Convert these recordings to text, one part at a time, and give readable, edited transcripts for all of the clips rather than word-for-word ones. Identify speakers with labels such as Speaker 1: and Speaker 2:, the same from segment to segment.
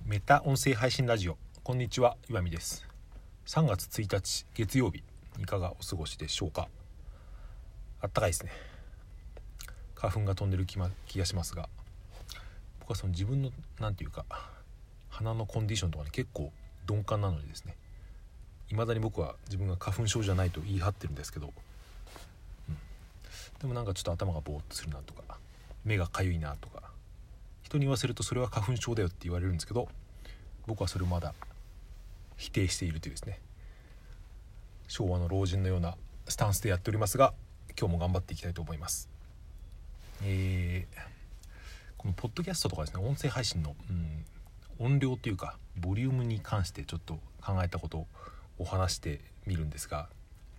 Speaker 1: メタ音声配信ラジオ、こんにちは、岩見です。3月1日月曜日、いかがお過ごしでしょうか。あったかいですね。花粉が飛んでる気がしますが、僕はその自分の鼻のコンディションとかに結構鈍感なのでですね、未だに僕は自分が花粉症じゃないと言い張ってるんですけど、でもちょっと頭がボーっとするなとか、目がかゆいなとか、人に言わせるとそれは花粉症だよって言われるんですけど、僕はそれをまだ否定しているというですね、昭和の老人のようなスタンスでやっておりますが、今日も頑張っていきたいと思います。このポッドキャストとかですね、音声配信の、音量というかボリュームに関してちょっと考えたことを話してみるんですが、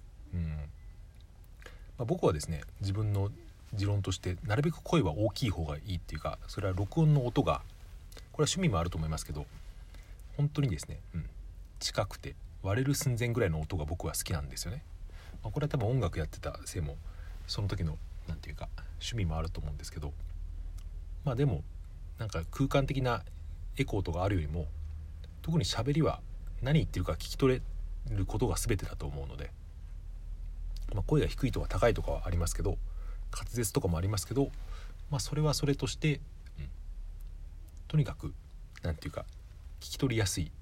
Speaker 1: 僕はですね、自分の持論としてなるべく声は大きい方がいいっていうか、それは録音の音が、これは趣味もあると思いますけど、本当にですね、近くて割れる寸前ぐらいの音が僕は好きなんですよね。これは多分音楽やってたせいもその時の趣味もあると思うんですけど、でも空間的なエコーとかあるよりも、特に喋りは何言ってるか聞き取れることが全てだと思うので、声が低いとか高いとかはありますけど、滑舌とかもありますけど、それはそれとして、とにかく聞き取りやすい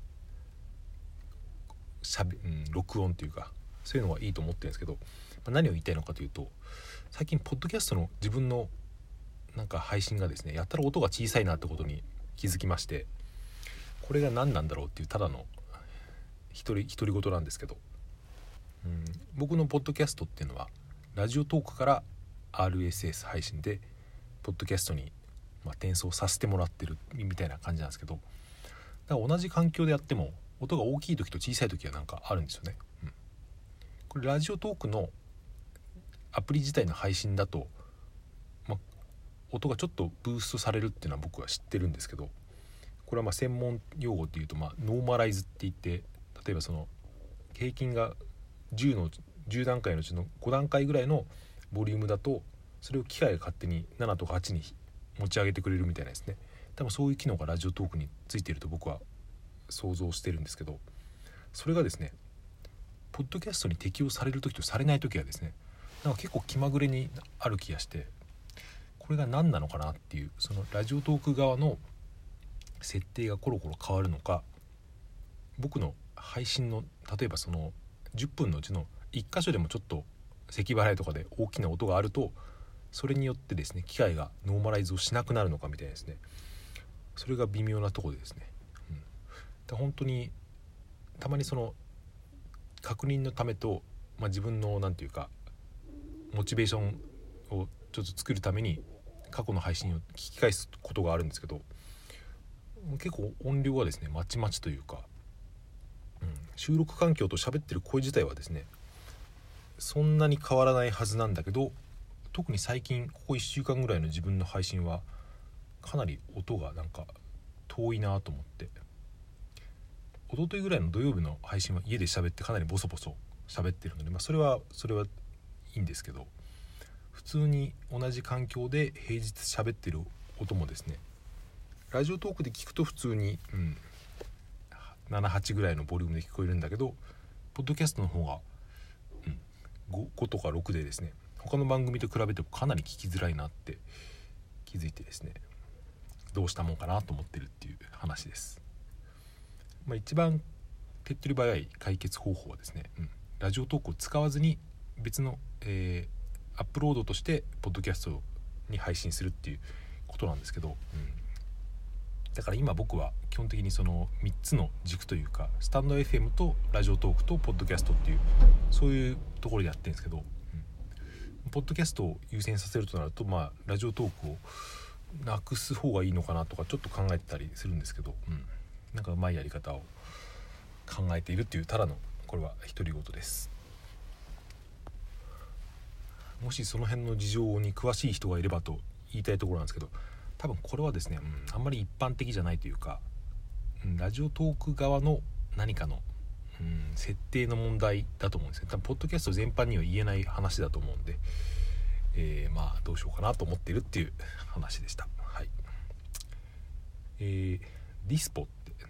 Speaker 1: 録音というか、そういうのがいいと思ってるんですけど、何を言いたいのかというと、最近ポッドキャストの自分の配信がですね、やったら音が小さいなってことに気づきまして、これが何なんだろうっていうただの独り言なんですけど、僕のポッドキャストっていうのはラジオトークから RSS 配信でポッドキャストに転送させてもらってるみたいな感じなんですけど、だから同じ環境でやっても音が大きい時と小さい時はあるんですよね。これラジオトークのアプリ自体の配信だと、音がちょっとブーストされるっていうのは僕は知ってるんですけど、これは専門用語でいうとノーマライズって言って、例えばその平均が10段階のうちの5段階ぐらいのボリュームだと、それを機械が勝手に7とか8に持ち上げてくれるみたいなですね、多分そういう機能がラジオトークについていると僕は想像してるんですけど、それがですね、ポッドキャストに適用される時とされない時はですね、結構気まぐれにある気がして、これが何なのかなっていう、そのラジオトーク側の設定がコロコロ変わるのか、僕の配信の例えばその10分のうちの1箇所でもちょっと咳払いとかで大きな音があると、それによってですね、機械がノーマライズをしなくなるのかみたいなですね、それが微妙なところでですね、本当にたまにその確認のためと、自分のモチベーションをちょっと作るために過去の配信を聞き返すことがあるんですけど、結構音量はですねまちまちというか、収録環境と喋ってる声自体はですねそんなに変わらないはずなんだけど、特に最近ここ1週間ぐらいの自分の配信はかなり音が遠いなと思って、一昨日ぐらいの土曜日の配信は家で喋ってかなりボソボソ喋ってるので、それはいいんですけど、普通に同じ環境で平日喋ってる音もですね、ラジオトークで聞くと普通に、7、8ぐらいのボリュームで聞こえるんだけど、ポッドキャストの方が、5とか6でですね、他の番組と比べてもかなり聞きづらいなって気づいてですね、どうしたもんかなと思ってるっていう話です。一番手っ取り早い解決方法はですね、ラジオトークを使わずに別の、アップロードとしてポッドキャストに配信するっていうことなんですけど、だから今僕は基本的にその3つの軸というか、スタンド FM とラジオトークとポッドキャストっていう、そういうところでやってるんですけど、ポッドキャストを優先させるとなると、ラジオトークをなくす方がいいのかなとかちょっと考えてたりするんですけど、うまいやり方を考えているっていう、ただのこれは独り言です。もしその辺の事情に詳しい人がいればと言いたいところなんですけど、多分これはですね、あんまり一般的じゃないというか、ラジオトーク側の何かの、設定の問題だと思うんですね。多分ポッドキャスト全般には言えない話だと思うんで、どうしようかなと思っているっていう話でした。ディスポって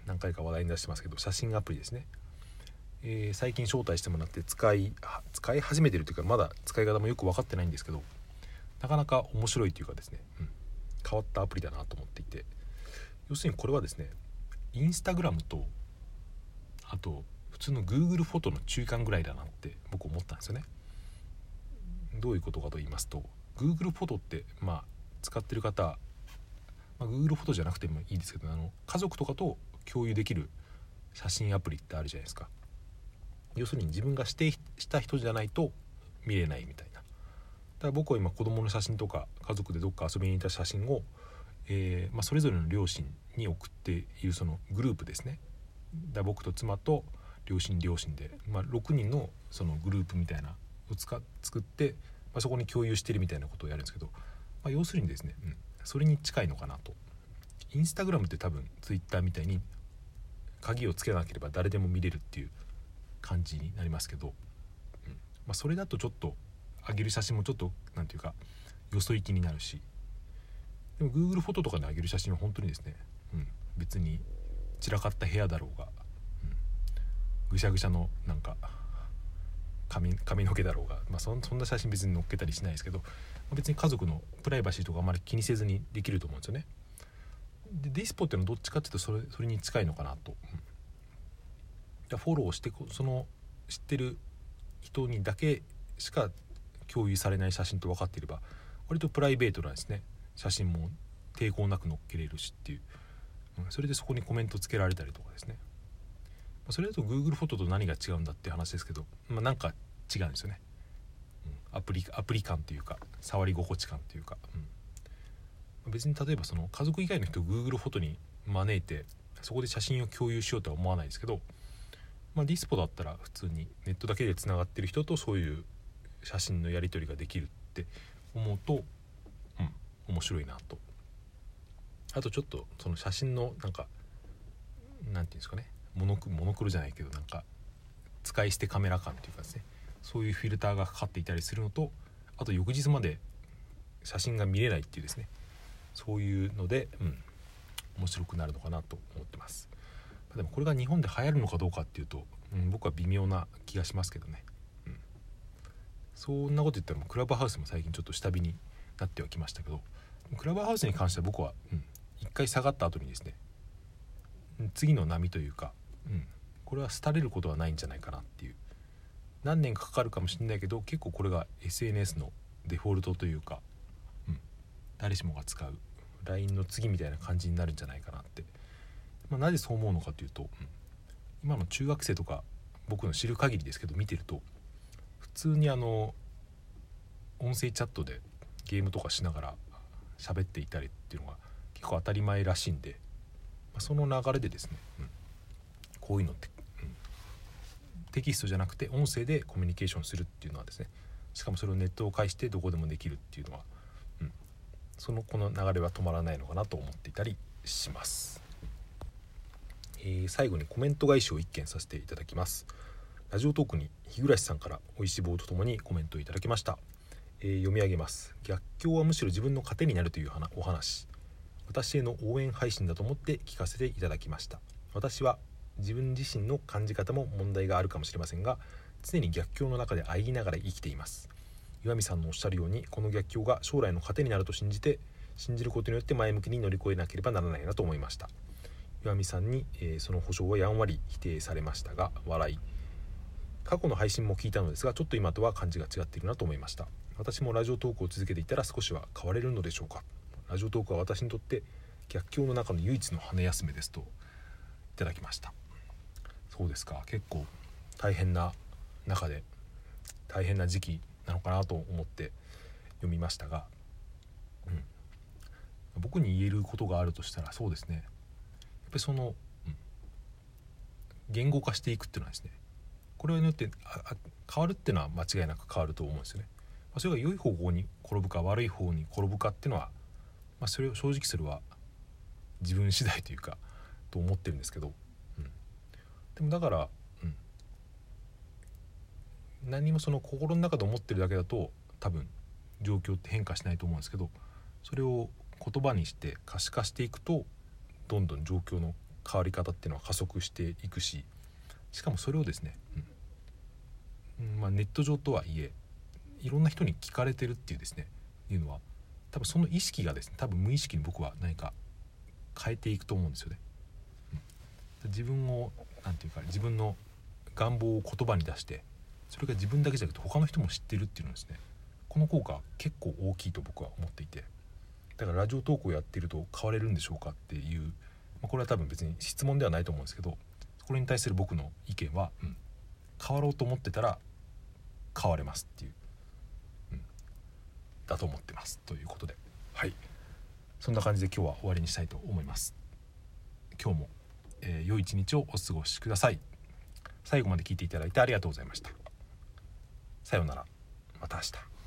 Speaker 1: 何回か話題に出してますけど、写真アプリですね。最近招待してもらって使い始めてるというか、まだ使い方もよく分かってないんですけど、なかなか面白いというかですね、変わったアプリだなと思っていて、要するにこれはですね、インスタグラムとあと普通の Google フォトの中間ぐらいだなって僕思ったんですよね。どういうことかと言いますと、 Google フォトって使ってる方、Google フォトじゃなくてもいいですけど、家族とかと共有できる写真アプリってあるじゃないですか。要するに自分が指定した人じゃないと見れないみたいな。だから僕は今子供の写真とか家族でどっか遊びに行った写真を、それぞれの両親に送っているそのグループですね。だから僕と妻と両親で、6人のそのグループみたいなを作って、そこに共有してるみたいなことをやるんですけど、要するにですね、それに近いのかなと。インスタグラムって多分ツイッターみたいに鍵をつけなければ誰でも見れるっていう感じになりますけど、それだとちょっと上げる写真もちょっとなんていうかよそ行きになるし、でも Google フォトとかで上げる写真は本当にですね、別に散らかった部屋だろうが、ぐしゃぐしゃのなんか髪の毛だろうが、そんな写真別に載っけたりしないですけど、別に家族のプライバシーとかあまり気にせずにできると思うんですよね。でディスポっていうのはどっちかっていうとそれに近いのかなと。フォローしてその知ってる人にだけしか共有されない写真と分かっていれば、割とプライベートなんですね。写真も抵抗なく載っけれるしっていう、それでそこにコメントつけられたりとかですね。それだと Google フォトと何が違うんだっていう話ですけど、なんか違うんですよね。アプリ感というか触り心地感というか、別に例えばその家族以外の人を Google フォトに招いてそこで写真を共有しようとは思わないですけど、ディスポだったら普通にネットだけでつながってる人とそういう写真のやり取りができるって思うと、面白いなと。あとちょっとその写真のなんていうんですかね、モノクロじゃないけど使い捨てカメラ感というかですね、そういうフィルターがかかっていたりするのと、あと翌日まで写真が見れないっていうですね、そういうので、面白くなるのかなと思ってます。でもこれが日本で流行るのかどうかっていうと、僕は微妙な気がしますけどね。そんなこと言ったらクラブハウスも最近ちょっと下火になってはきましたけど、クラブハウスに関しては僕は、一回下がった後にですね、次の波というか、これは廃れることはないんじゃないかなっていう、何年かかるかもしれないけど結構これが SNS のデフォルトというか、誰しもが使う LINE の次みたいな感じになるんじゃないかなって、なぜそう思うのかというと、今の中学生とか僕の知る限りですけど見てると、普通に音声チャットでゲームとかしながら喋っていたりっていうのが結構当たり前らしいんで、その流れでですね、こういうのって、テキストじゃなくて音声でコミュニケーションするっていうのはですね、しかもそれをネットを介してどこでもできるっていうのは、この流れは止まらないのかなと思っていたりします。最後にコメント返しを1件させていただきます。ラジオトークに日暮さんからおいしい棒とともにコメントをいただきました。読み上げます。逆境はむしろ自分の糧になるというお話、私への応援配信だと思って聞かせていただきました。私は自分自身の感じ方も問題があるかもしれませんが、常に逆境の中でありながら生きています。岩見さんのおっしゃるように、この逆境が将来の糧になると信じることによって前向きに乗り越えなければならないなと思いました。岩見さんに、その保証はやんわり否定されましたが笑い。過去の配信も聞いたのですが、ちょっと今とは感じが違っているなと思いました。私もラジオトークを続けていたら少しは変われるのでしょうか。ラジオトークは私にとって逆境の中の唯一の羽休めですといただきました。そうですか。結構大変な中で大変な時期なのかなと思って読みましたが、僕に言えることがあるとしたら、そうですね、やっぱり言語化していくっていうのはですね、これによって変わるっていうのは間違いなく変わると思うんですよね。それが良い方向に転ぶか悪い方に転ぶかっていうのは、それを正直それは自分次第というかと思ってるんですけど、でもだから、何もその心の中で思ってるだけだと多分状況って変化しないと思うんですけど、それを言葉にして可視化していくとどんどん状況の変わり方っていうのは加速していくし、しかもそれをですね、ネット上とはいえいろんな人に聞かれてるっていうですねいうのは、多分その意識がですね多分無意識に僕は何か変えていくと思うんですよね。自分をなんていうか、自分の願望を言葉に出して、それが自分だけじゃなくて他の人も知ってるっていうのはですね、この効果結構大きいと僕は思っていて、だからラジオトークをやっていると変われるんでしょうかっていう、これは多分別に質問ではないと思うんですけど、これに対する僕の意見は、変わろうと思ってたら変われますっていう、だと思ってますということで、はい、そんな感じで今日は終わりにしたいと思います。今日も、良い一日をお過ごしください。最後まで聞いていただいてありがとうございました。さようなら、また明日。